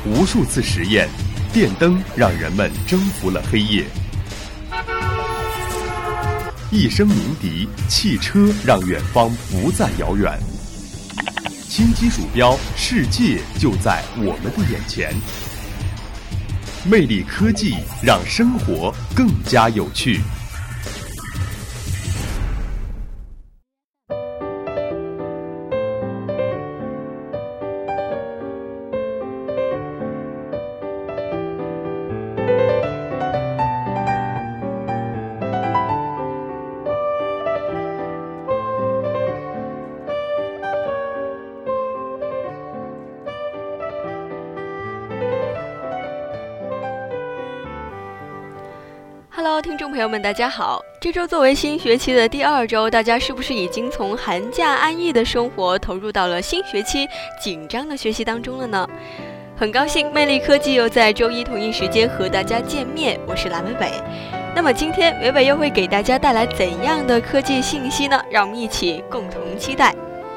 无数次实验，电灯让人们征服了黑夜。一声鸣笛，汽车让远方不再遥远。轻击鼠标，世界就在我们的眼前。魅力科技让生活更加有趣。 Hello， 听众朋友们，大家好。这周作为新学期的第2周，大家是不是已经从寒假安逸的生活投入到了新学期紧张的学习当中了呢？很高兴魅力科技又在周一同一时间和大家见面，我是蓝伟伟。那么今天伟伟又会给大家带来怎样的科技信息呢？让我们一起共同期待。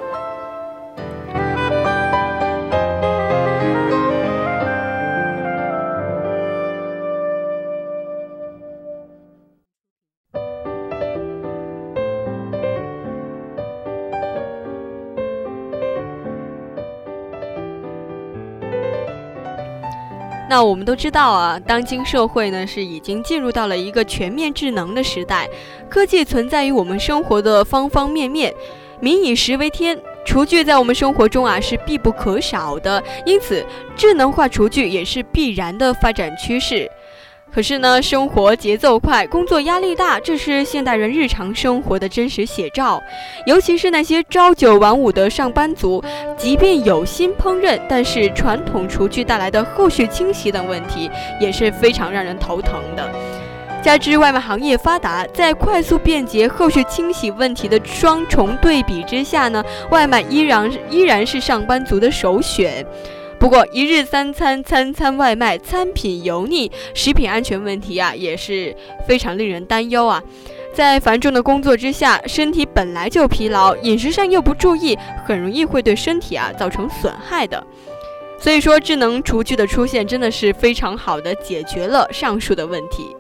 那我们都知道啊，当今社会呢是已经进入到了一个全面智能的时代，科技存在于我们生活的方方面面，民以食为天，厨具在我们生活中啊是必不可少的，因此智能化厨具也是必然的发展趋势。可是呢，生活节奏快，工作压力大，这是现代人日常生活的真实写照。尤其是那些朝九晚5的上班族，即便有心烹饪，但是传统厨具带来的后续清洗等问题也是非常让人头疼的。加之外卖行业发达，在快速便捷后续清洗问题的双重对比之下呢，外卖依然是上班族的首选。不过一日三餐，餐餐外卖，餐品油腻，食品安全问题啊也是非常令人担忧啊。在繁重的工作之下，身体本来就疲劳，饮食上又不注意，很容易会对身体造成损害的。所以说智能厨具的出现真的是非常好的解决了上述的问题。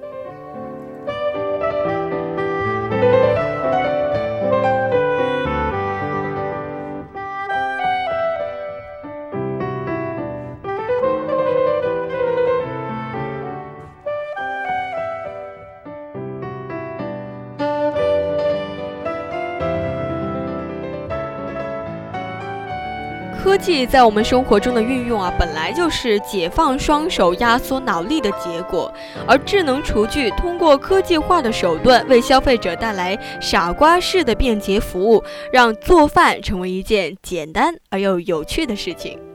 科技在我们生活中的运用本来就是解放双手压缩脑力的结果，而智能厨具通过科技化的手段为消费者带来傻瓜式的便捷服务，让做饭成为一件简单而又有趣的事情。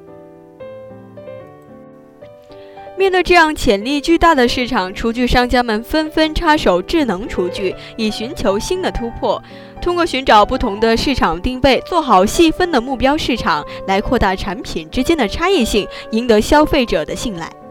面对这样潜力巨大的市场，厨具商家们纷纷插手智能厨具，以寻求新的突破。通过寻找不同的市场定位，做好细分的目标市场，来扩大产品之间的差异性，赢得消费者的信赖。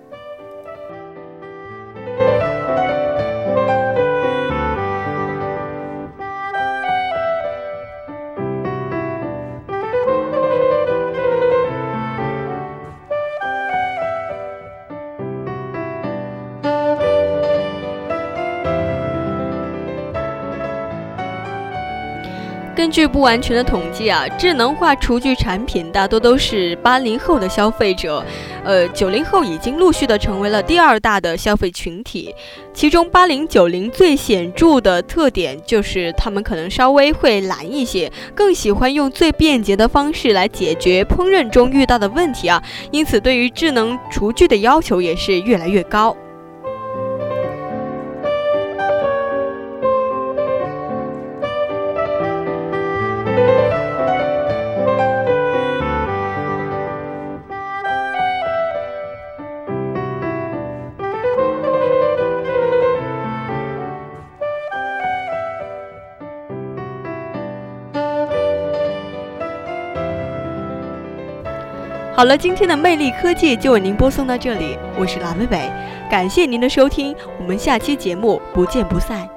根据不完全的统计智能化厨具产品大多都是80后的消费者，90后已经陆续的成为了第2大的消费群体。其中80、90最显著的特点就是他们可能稍微会懒一些，更喜欢用最便捷的方式来解决烹饪中遇到的问题因此对于智能厨具的要求也是越来越高。好了，今天的魅力科技就为您播送到这里，我是蓝伟伟，感谢您的收听，我们下期节目不见不散。